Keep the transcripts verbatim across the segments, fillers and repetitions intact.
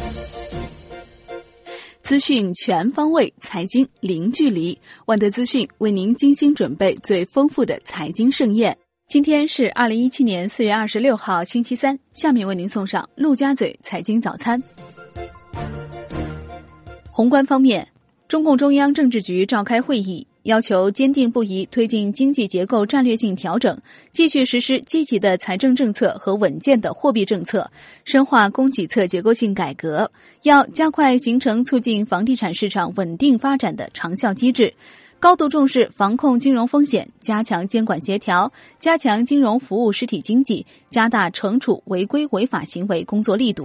资讯全方位，财经零距离。万德资讯为您精心准备最丰富的财经盛宴。今天是二零一七年四月二十六号星期三，下面为您送上陆家嘴财经早餐。宏观方面，中共中央政治局召开会议，要求坚定不移推进经济结构战略性调整，继续实施积极的财政政策和稳健的货币政策，深化供给侧结构性改革，要加快形成促进房地产市场稳定发展的长效机制，高度重视防控金融风险，加强监管协调，加强金融服务实体经济，加大惩处违规违法行为工作力度。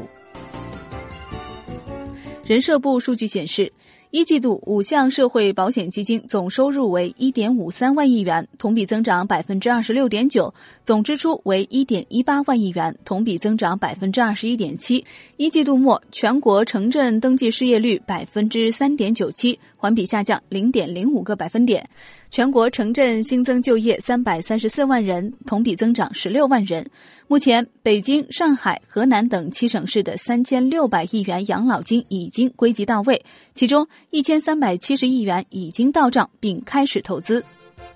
人社部数据显示，一季度五项社会保险基金总收入为 一点五三万亿元，同比增长 百分之二十六点九， 总支出为 一点一八万亿元，同比增长 百分之二十一点七。 一季度末全国城镇登记失业率 百分之三点九七， 环比下降 零点零五个百分点。全国城镇新增就业三百三十四万人，同比增长十六万人。目前北京、上海、河南等七省市的三千六百亿元养老金已经归集到位，其中一千三百七十亿元已经到账并开始投资。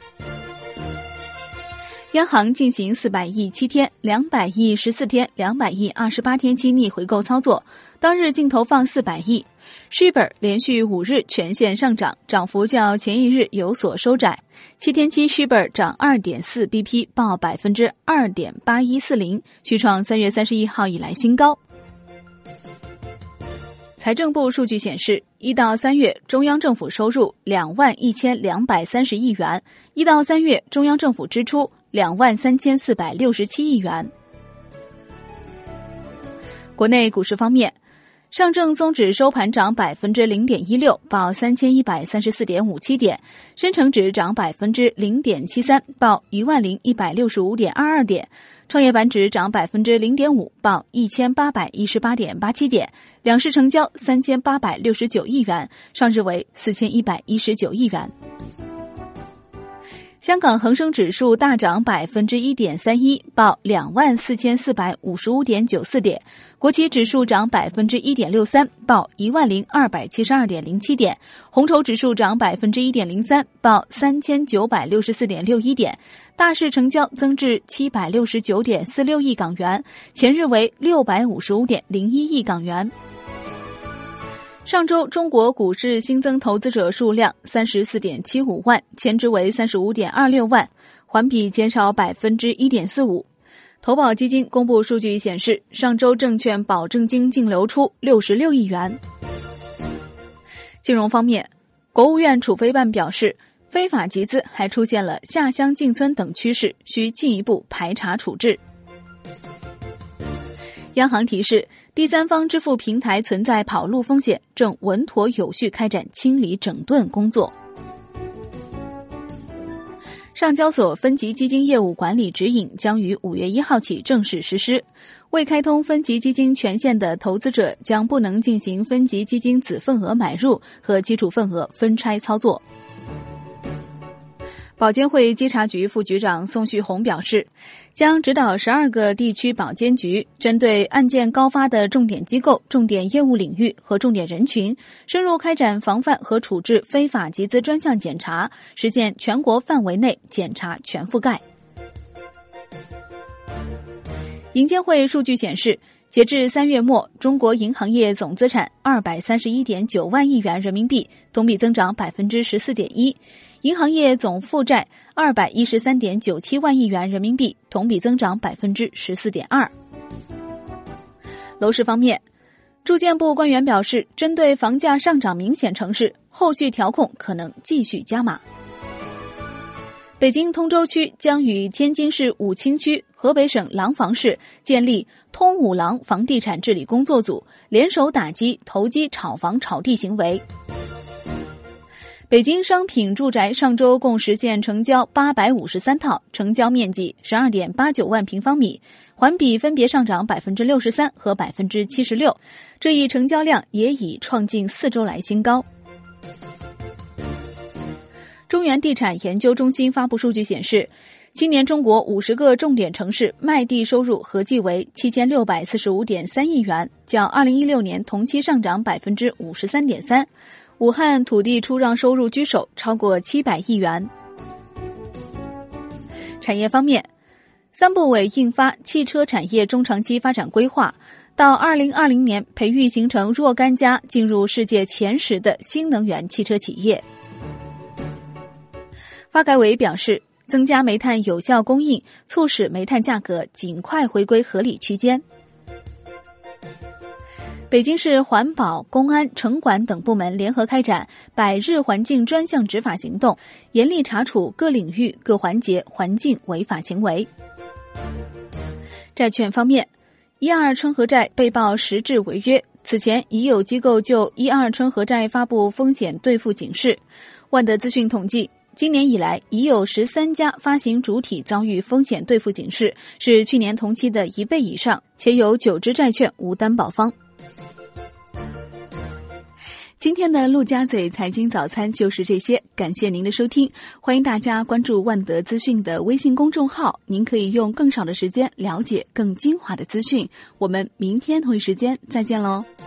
央行进行四百亿七天、两百亿十四天、两百亿二十八天期逆回购操作，当日净投放四百亿。Shibor 连续五日全线上涨，涨幅较前一日有所收窄。七天期 Shibor 涨 二点四 B P， 报 百分之二点八一四零， 续创三月三十一号以来新高。财政部数据显示，一到三月中央政府收入两万一千两百三十亿元，一到三月中央政府支出两万三千四百六十七亿元。国内股市方面，上证综指收盘涨 百分之零点一六， 报 三千一百三十四点五七点，深成指涨 百分之零点七三， 报 一万零一百六十五点二二点，创业板指涨 百分之零点五， 报 一千八百一十八点八七点，两市成交三千八百六十九亿元，上日为四千一百一十九亿元。香港恒生指数大涨 百分之一点三一， 报 两万四千四百五十五点九四点，国企指数涨 百分之一点六三， 报 一万零二百七十二点零七点，红筹指数涨 百分之一点零三， 报 三千九百六十四点六一点，大市成交增至七百六十九点四六亿港元，前日为六百五十五点零一亿港元。上周中国股市新增投资者数量 三十四点七五万，前值为 三十五点二六万，环比减少 百分之一点四五。投保基金公布数据显示，上周证券保证金净流出六十六亿元。金融方面，国务院储备办表示，非法集资还出现了下乡进村等趋势，需进一步排查处置。央行提示，第三方支付平台存在跑路风险，正稳妥有序开展清理整顿工作。上交所分级基金业务管理指引将于五月一号起正式实施，未开通分级基金权限的投资者将不能进行分级基金子份额买入和基础份额分拆操作。保监会稽查局副局长宋旭红表示，将指导十二个地区保监局针对案件高发的重点机构、重点业务领域和重点人群，深入开展防范和处置非法集资专项检查，实现全国范围内检查全覆盖。银监会数据显示，截至三月末，中国银行业总资产二百三十一点九万亿元人民币，同比增长 百分之十四点一。银行业总负债二百一十三点九七万亿元人民币，同比增长 百分之十四点二。楼市方面，住建部官员表示，针对房价上涨明显城市，后续调控可能继续加码。北京通州区将与天津市武清区、河北省廊坊市建立通武廊房地产治理工作组，联手打击投机炒房炒地行为。北京商品住宅上周共实现成交八百五十三套，成交面积 十二点八九万平方米，环比分别上涨 百分之六十三 和 百分之七十六， 这一成交量也已创近四周来新高。中原地产研究中心发布数据显示， 今年中国五十个重点城市卖地收入合计为七千六百四十五点三亿元，较二零一六年同期上涨百分之五十三点三。武汉土地出让收入居首，超过七百亿元。产业方面，三部委印发汽车产业中长期发展规划，到二零二零年培育形成若干家进入世界前十的新能源汽车企业。发改委表示，增加煤炭有效供应，促使煤炭价格尽快回归合理区间。北京市环保、公安、城管等部门联合开展百日环境专项执法行动，严厉查处各领域各环节环境违法行为。债券方面，一二春和债被曝实质违约，此前已有机构就一二春和债发布风险兑付警示。万德资讯统计，今年以来已有十三家发行主体遭遇风险兑付警示，是去年同期的一倍以上，且有九只债券无担保方。今天的陆家嘴财经早餐就是这些，感谢您的收听，欢迎大家关注万德资讯的微信公众号，您可以用更少的时间了解更精华的资讯。我们明天同一时间再见喽。